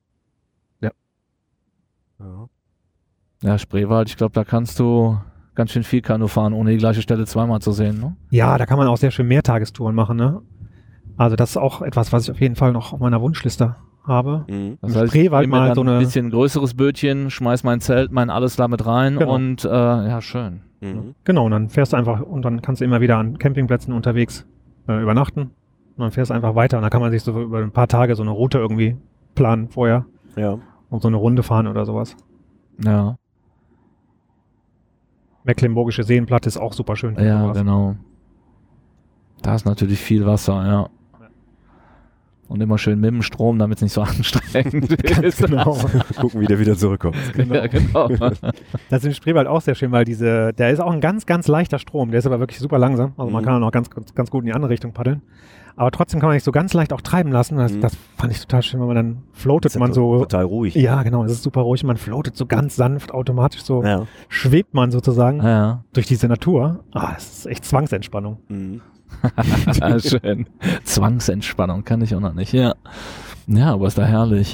Ja. Ja, Spreewald, ich glaube, da kannst du ganz schön viel Kanu fahren, ohne die gleiche Stelle zweimal zu sehen, ne? Ja, da kann man auch sehr schön Mehrtagestouren machen, ne? Also das ist auch etwas, was ich auf jeden Fall noch auf meiner Wunschliste habe. Mhm. Das Im heißt, Spreewald ich nehme mir mal dann so eine- ein bisschen größeres Bötchen, schmeiß mein Zelt, mein alles da mit rein Genau. und äh, ja, schön. Mhm. Genau, und dann fährst du einfach und dann kannst du immer wieder an Campingplätzen unterwegs äh, übernachten. Und dann fährst du einfach weiter und dann kann man sich so über ein paar Tage so eine Route irgendwie planen vorher Ja. und so eine Runde fahren oder sowas. Ja, Mecklenburgische Seenplatte ist auch super schön. für ja, sowas. genau. Da ist natürlich viel Wasser, ja. Und immer schön mit dem Strom, damit es nicht so anstrengend ist. Genau. Gucken, wie der wieder zurückkommt. Ja, genau. Das ist im Spreewald auch sehr schön, weil diese, der ist auch ein ganz, ganz leichter Strom. Der ist aber wirklich super langsam. Also man Mhm. kann auch noch ganz, ganz, ganz gut in die andere Richtung paddeln. Aber trotzdem kann man sich so ganz leicht auch treiben lassen. Das, Mhm. das fand ich total schön, weil man dann floatet Ist ja man to- so. Total ruhig. Ja, genau. Es ist super ruhig. Man floatet so ganz sanft, automatisch so. Ja. Schwebt man sozusagen Ja, durch diese Natur. Ah, das ist echt Zwangsentspannung. Mhm. ja. Schön. Zwangsentspannung kann ich auch noch nicht, ja. Ja, aber ist da herrlich.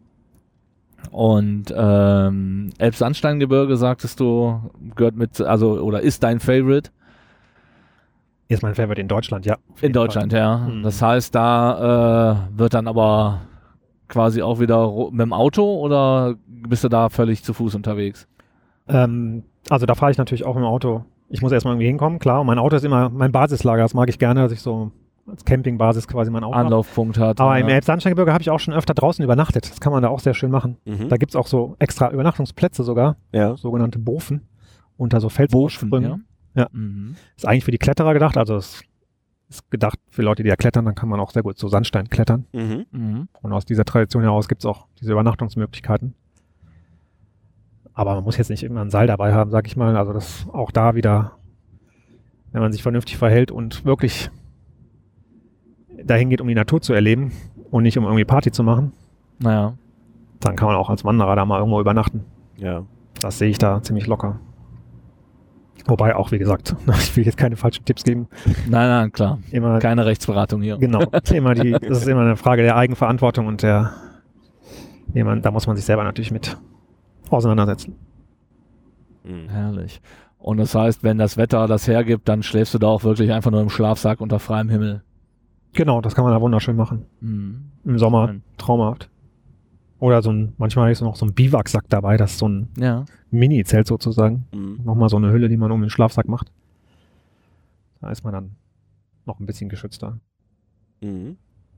Und ähm, Elbsandsteingebirge, sagtest du, gehört mit, also, oder ist dein Favorite? Ist mein Favorite in Deutschland, ja. Auf In jeden Deutschland, Fall. ja. Mhm. Das heißt, da äh, wird dann aber quasi auch wieder ro- mit dem Auto oder bist du da völlig zu Fuß unterwegs? Ähm, also da fahre ich natürlich auch im Auto. Ich muss erstmal irgendwie hinkommen, klar. Und mein Auto ist immer mein Basislager. Das mag ich gerne, dass ich so als Campingbasis quasi mein Auto habe. Anlaufpunkt hat. Aber ja. im Elbsandsteingebirge habe ich auch schon öfter draußen übernachtet. Das kann man da auch sehr schön machen. Mhm. Da gibt es auch so extra Übernachtungsplätze sogar, Ja. sogenannte Bofen, unter so Bofen, Felssprüngen. ja. Ja. Mhm. Ist eigentlich für die Kletterer gedacht, also es ist gedacht für Leute, die ja klettern, dann kann man auch sehr gut so Sandstein klettern. Mhm. Mhm. Und aus dieser Tradition heraus gibt es auch diese Übernachtungsmöglichkeiten. Aber man muss jetzt nicht immer ein Seil dabei haben, sag ich mal. Also das auch da wieder, wenn man sich vernünftig verhält und wirklich dahin geht, um die Natur zu erleben und nicht um irgendwie Party zu machen, Naja. dann kann man auch als Wanderer da mal irgendwo übernachten. Ja. Das sehe ich da ziemlich locker. Wobei auch, wie gesagt, ich will jetzt keine falschen Tipps geben. Nein, nein, klar. Immer, Keine Rechtsberatung hier. genau, immer die, das ist immer eine Frage der Eigenverantwortung und der, jemand, da muss man sich selber natürlich mit auseinandersetzen. Mhm. Herrlich. Und das heißt, wenn das Wetter das hergibt, dann schläfst du da auch wirklich einfach nur im Schlafsack unter freiem Himmel. Genau, das kann man da wunderschön machen. Mhm. Im Sommer Schön. traumhaft. Oder so ein, manchmal habe ich so noch so einen Biwaksack dabei, das ist so ein Ja. Mini-Zelt sozusagen. Mhm. Nochmal so eine Hülle, die man um den Schlafsack macht. Da ist man dann noch ein bisschen geschützter. Mhm.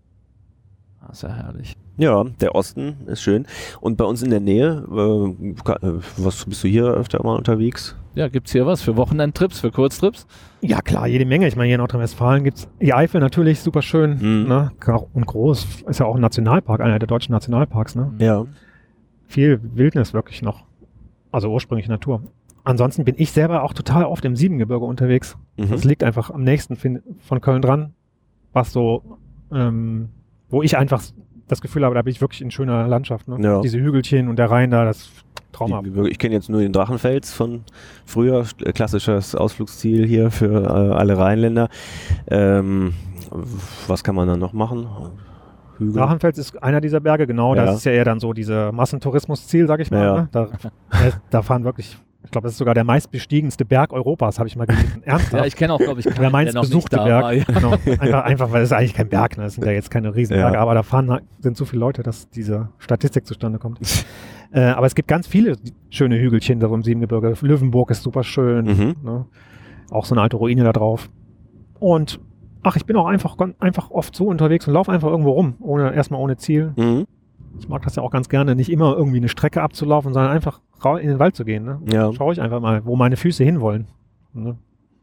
Das ist ja herrlich. Ja, der Osten ist schön. Und bei uns in der Nähe, äh, ka- äh, was bist du hier öfter mal unterwegs? Ja, gibt's hier was für Wochenendtrips, für Kurztrips? Ja klar, jede Menge. Ich meine, hier in Nordrhein-Westfalen gibt es die Eifel natürlich, super schön. Mhm. Ne? Und groß, ist ja auch ein Nationalpark, einer der deutschen Nationalparks. Ne? Ja. Viel Wildnis wirklich noch. Also ursprünglich Natur. ansonsten bin ich selber auch total oft im Siebengebirge unterwegs. Mhm. Das liegt einfach am nächsten fin- von Köln dran, was so, ähm, wo ich einfach das Gefühl habe, da bin ich wirklich in schöner Landschaft. Ne? Ja. Diese Hügelchen und der Rhein da, das ist traumhaft. Die- Ich kenne jetzt nur den Drachenfels von früher, st- klassisches Ausflugsziel hier für äh, alle Rheinländer. Ähm, was kann man dann noch machen? Hügel? Drachenfels ist einer dieser Berge, genau. Ja. Das ist ja eher dann so diese Massentourismusziel, sag ich mal. Ja. Ne? Da, da, da fahren wirklich, ich glaube, das ist sogar der meistbestiegenste Berg Europas, habe ich mal gelesen. Ernsthaft? Ja, ich kenne auch, glaube ich, keinen, der der noch meistbesuchte nicht da Berg. war, ja. Genau. Einfach, einfach, weil es ist eigentlich kein Berg, ne? Das sind ja jetzt keine Riesenberge, Ja. aber da fahren halt- sind so viele Leute, dass diese Statistik zustande kommt. äh, aber es gibt ganz viele schöne Hügelchen da im Siebengebirge. Löwenburg ist super schön. Mhm. Ne? Auch so eine alte Ruine da drauf. Und ach, ich bin auch einfach, gon- einfach oft so unterwegs und laufe einfach irgendwo rum, ohne erstmal ohne Ziel. Mhm. Ich mag das ja auch ganz gerne, nicht immer irgendwie eine Strecke abzulaufen, sondern einfach rau- in den Wald zu gehen. Ne? Ja. Schaue ich einfach mal, wo meine Füße hinwollen. Ne?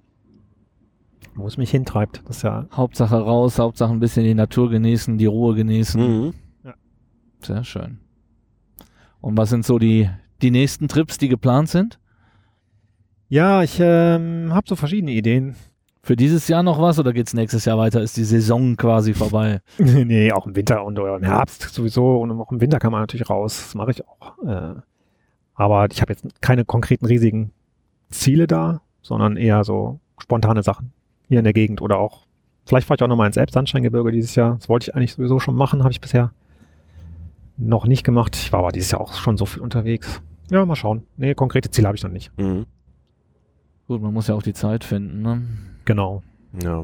Wo es mich hintreibt. Das ist ja Hauptsache raus, Hauptsache ein bisschen die Natur genießen, die Ruhe genießen. Mhm. Sehr schön. Und was sind so die, die nächsten Trips, die geplant sind? Ja, ich ähm, habe so verschiedene Ideen. Für dieses Jahr noch was oder geht es nächstes Jahr weiter? Ist die Saison quasi vorbei? Nee, auch im Winter und oder im Herbst sowieso. Und auch im Winter kann man natürlich raus. Das mache ich auch. Äh, aber ich habe jetzt keine konkreten riesigen Ziele da, sondern eher so spontane Sachen hier in der Gegend. Oder auch, vielleicht fahre ich auch nochmal ins Elbsandsteingebirge dieses Jahr. Das wollte ich eigentlich sowieso schon machen, habe ich bisher noch nicht gemacht. Ich war aber dieses Jahr auch schon so viel unterwegs. Ja, mal schauen. Nee, konkrete Ziele habe ich noch nicht. Mhm. Gut, man muss ja auch die Zeit finden. Ne? Genau. Ja.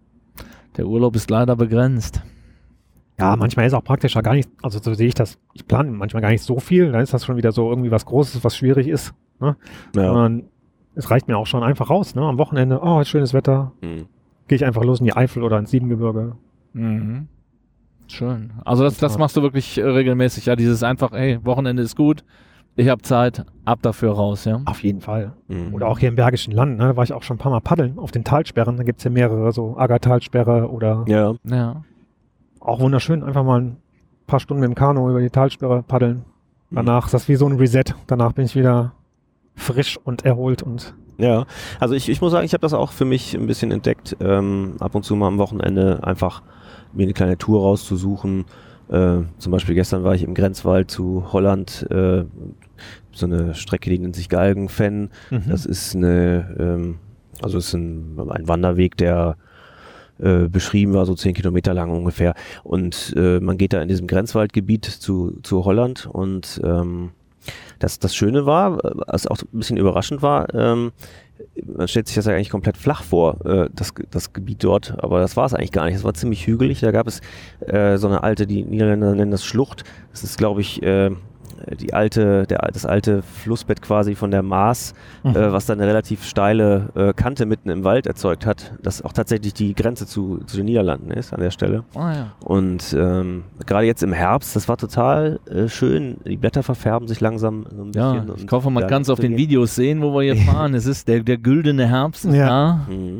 Der Urlaub ist leider begrenzt. Ja, manchmal ist auch praktischer gar nicht, also so sehe ich das, ich plane manchmal gar nicht so viel, dann ist das schon wieder so irgendwie was Großes, was schwierig ist. Ne? Ja. Sondern es reicht mir auch schon einfach raus, ne? Am Wochenende, oh, ist schönes Wetter, Mhm. gehe ich einfach los in die Eifel oder ins Siebengebirge. Mhm. Schön. Also das, das machst du wirklich äh, regelmäßig, ja, dieses einfach, hey, Wochenende ist gut, ich habe Zeit, ab dafür raus, ja. Auf jeden Fall. Mhm. Oder auch hier im Bergischen Land, ne? Da war ich auch schon ein paar Mal paddeln auf den Talsperren, da gibt es ja mehrere, so Aggertalsperre oder Ja. Ja. auch wunderschön, einfach mal ein paar Stunden mit dem Kanu über die Talsperre paddeln. Danach ist das wie so ein Reset, danach bin ich wieder frisch und erholt und Ja, also ich, ich muss sagen, ich habe das auch für mich ein bisschen entdeckt, ähm, ab und zu mal am Wochenende einfach mir eine kleine Tour rauszusuchen. Äh, zum Beispiel gestern war ich im Grenzwald zu Holland, äh, so eine Strecke, die nennt sich Galgenfenn. mhm. Das ist eine, ähm, also es ist ein, ein Wanderweg, der äh, beschrieben war, so zehn Kilometer lang ungefähr. Und äh, man geht da in diesem Grenzwaldgebiet zu, zu Holland und ähm, das, das Schöne war, was auch ein bisschen überraschend war, ähm, man stellt sich das ja eigentlich komplett flach vor, äh, das, das Gebiet dort, aber das war es eigentlich gar nicht. Es war ziemlich hügelig, da gab es äh, so eine alte, die Niederländer nennen das Schlucht, das ist glaube ich äh, die alte, der, das alte Flussbett quasi von der Maas, Mhm. äh, was dann eine relativ steile äh, Kante mitten im Wald erzeugt hat, das auch tatsächlich die Grenze zu, zu den Niederlanden ist an der Stelle. Ah ja. Und ähm, gerade jetzt im Herbst, das war total äh, schön. Die Blätter verfärben sich langsam so ein Ja, bisschen. ich und hoffe, man da kann es auf den gehen. Videos sehen, wo wir hier fahren. Es ist der, der güldene Herbst ist Ja. da. Mhm.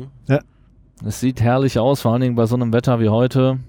Es sieht herrlich aus, vor allen Dingen bei so einem Wetter wie heute.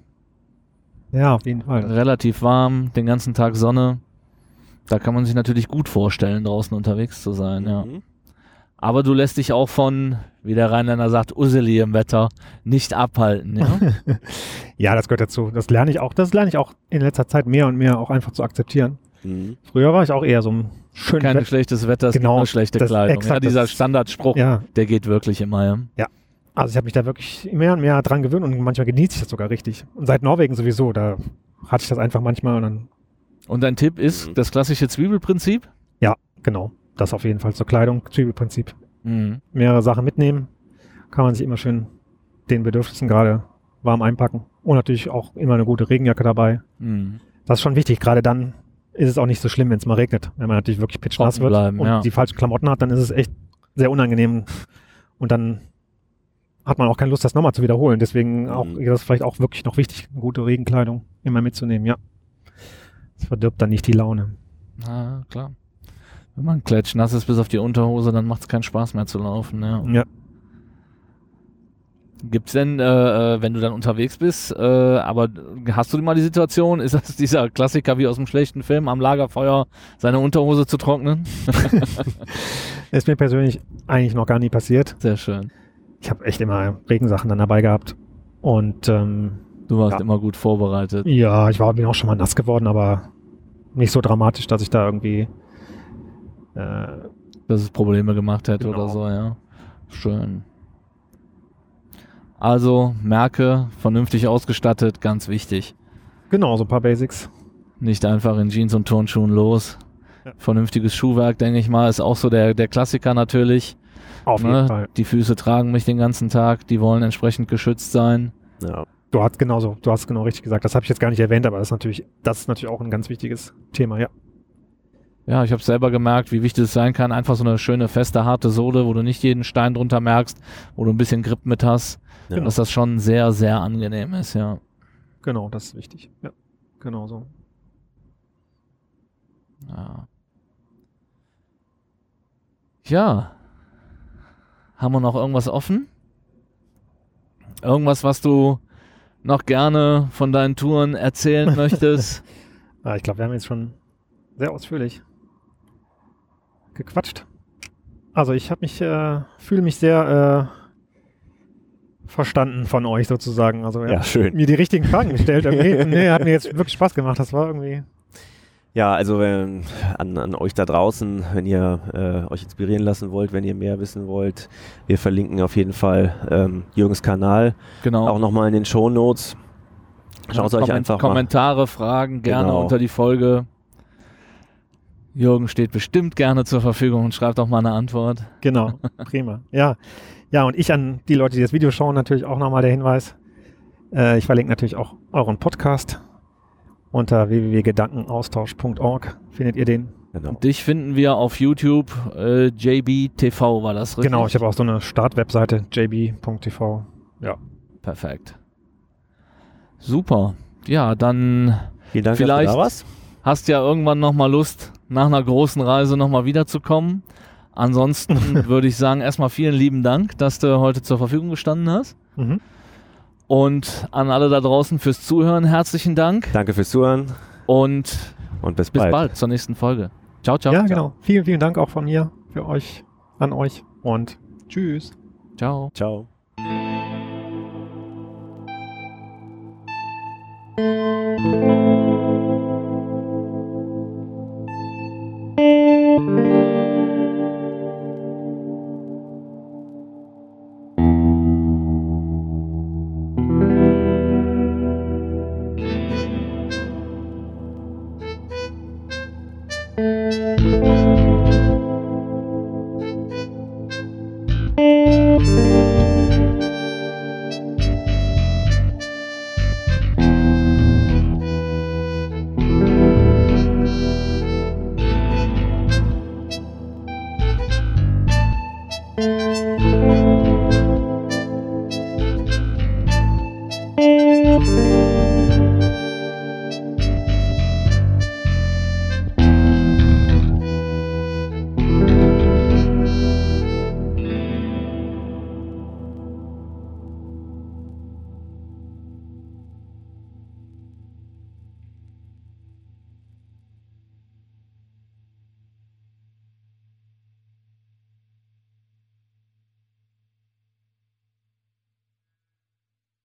Ja, auf jeden Fall. Relativ warm, den ganzen Tag Sonne. Da kann man sich natürlich gut vorstellen, draußen unterwegs zu sein, ja. Mhm. Aber du lässt dich auch von, wie der Rheinländer sagt, Usseli im Wetter nicht abhalten, ja? Ja, das gehört dazu. Das lerne ich auch, das lerne ich auch in letzter Zeit mehr und mehr auch einfach zu akzeptieren. Mhm. Früher war ich auch eher so ein schön Kein schlechtes Wetter, es Genau, gibt nur schlechte das- Kleidung. exakt, Ja, dieser das- Standardspruch, Ja, der geht wirklich immer, ja. also ich habe mich da wirklich mehr und mehr dran gewöhnt und manchmal genieße ich das sogar richtig. Und seit Norwegen sowieso, da hatte ich das einfach manchmal und dann, Und dein Tipp ist Mhm. das klassische Zwiebelprinzip? ja, genau. Das auf jeden Fall zur Kleidung, Zwiebelprinzip. Mhm. Mehrere Sachen mitnehmen, kann man sich immer schön den Bedürfnissen gerade warm einpacken. Und natürlich auch immer eine gute Regenjacke dabei. Mhm. Das ist schon wichtig, gerade dann ist es auch nicht so schlimm, wenn es mal regnet. Wenn man natürlich wirklich pitschnass Trocken wird bleiben, und ja. die falschen Klamotten hat, dann ist es echt sehr unangenehm. Und dann hat man auch keine Lust, das nochmal zu wiederholen. Deswegen auch, Mhm. ist das vielleicht auch wirklich noch wichtig, eine gute Regenkleidung immer mitzunehmen, ja. Das verdirbt dann nicht die Laune. Na, klar. Wenn man klatschnass ist bis auf die Unterhose, dann macht es keinen Spaß mehr zu laufen, ja. Ja. Gibt's denn, äh, wenn du dann unterwegs bist, äh, aber hast du mal die Situation, ist das dieser Klassiker wie aus einem schlechten Film, am Lagerfeuer seine Unterhose zu trocknen? Ist mir persönlich eigentlich noch gar nie passiert. Sehr schön. Ich habe echt immer Regensachen dann dabei gehabt. Und ähm, Du warst ja. immer gut vorbereitet. ja, ich war, bin auch schon mal nass geworden, aber nicht so dramatisch, dass ich da irgendwie äh, Dass es Probleme gemacht hätte Genau. oder so, ja. Schön. Also, Merke, vernünftig ausgestattet, ganz wichtig. genau, so ein paar Basics. Nicht einfach in Jeans und Turnschuhen los. Ja. Vernünftiges Schuhwerk, denke ich mal, ist auch so der, der Klassiker natürlich. Auf Ne? jeden Fall. Die Füße tragen mich den ganzen Tag, die wollen entsprechend geschützt sein. Ja. Du hast genauso, du hast genau richtig gesagt. Das habe ich jetzt gar nicht erwähnt, aber das ist natürlich, das ist natürlich auch ein ganz wichtiges Thema, ja. Ja, ich habe selber gemerkt, wie wichtig es sein kann. Einfach so eine schöne, feste, harte Sohle, wo du nicht jeden Stein drunter merkst, wo du ein bisschen Grip mit hast. Ja. Dass das schon sehr, sehr angenehm ist, ja. Genau, das ist wichtig. Ja, genau so. Ja. Ja. Haben wir noch irgendwas offen? Irgendwas, was du noch gerne von deinen Touren erzählen möchtest? Ah, ich glaube, wir haben jetzt schon sehr ausführlich gequatscht. Also ich habe mich, äh, fühle mich sehr äh, verstanden von euch sozusagen. Also ihr Ja, habt schön. mir die richtigen Fragen gestellt. Irgendwie. Nee, hat mir jetzt wirklich Spaß gemacht. Das war irgendwie. Ja, also wenn, an, an euch da draußen, wenn ihr äh, euch inspirieren lassen wollt, wenn ihr mehr wissen wollt, wir verlinken auf jeden Fall ähm, Jürgens Kanal, Genau. auch nochmal in den Shownotes. Schaut es euch Komment- einfach mal. Kommentare, Fragen gerne Genau. unter die Folge. Jürgen steht bestimmt gerne zur Verfügung und schreibt auch mal eine Antwort. Genau, prima. Ja. Ja, und ich an die Leute, die das Video schauen, natürlich auch nochmal der Hinweis. Äh, ich verlinke natürlich auch euren Podcast. Unter w w w punkt gedankenaustausch punkt org findet ihr den. Genau. Dich finden wir auf YouTube, äh, J B T V war das richtig? Genau, ich habe auch so eine Startwebseite, j b punkt t v. Ja. Perfekt. Super. Ja, dann Vielen Dank, Vielleicht- dass du da warst. hast ja irgendwann nochmal Lust, nach einer großen Reise nochmal wiederzukommen. Ansonsten würde ich sagen, erstmal vielen lieben Dank, dass du heute zur Verfügung gestanden hast. Mhm. Und an alle da draußen fürs Zuhören herzlichen Dank Danke fürs Zuhören und und bis, bis bald. bald zur nächsten Folge. Ciao, ciao. Ja, genau. Vielen, vielen Dank auch von mir für euch, an euch und tschüss. Ciao. Ciao. Thank you.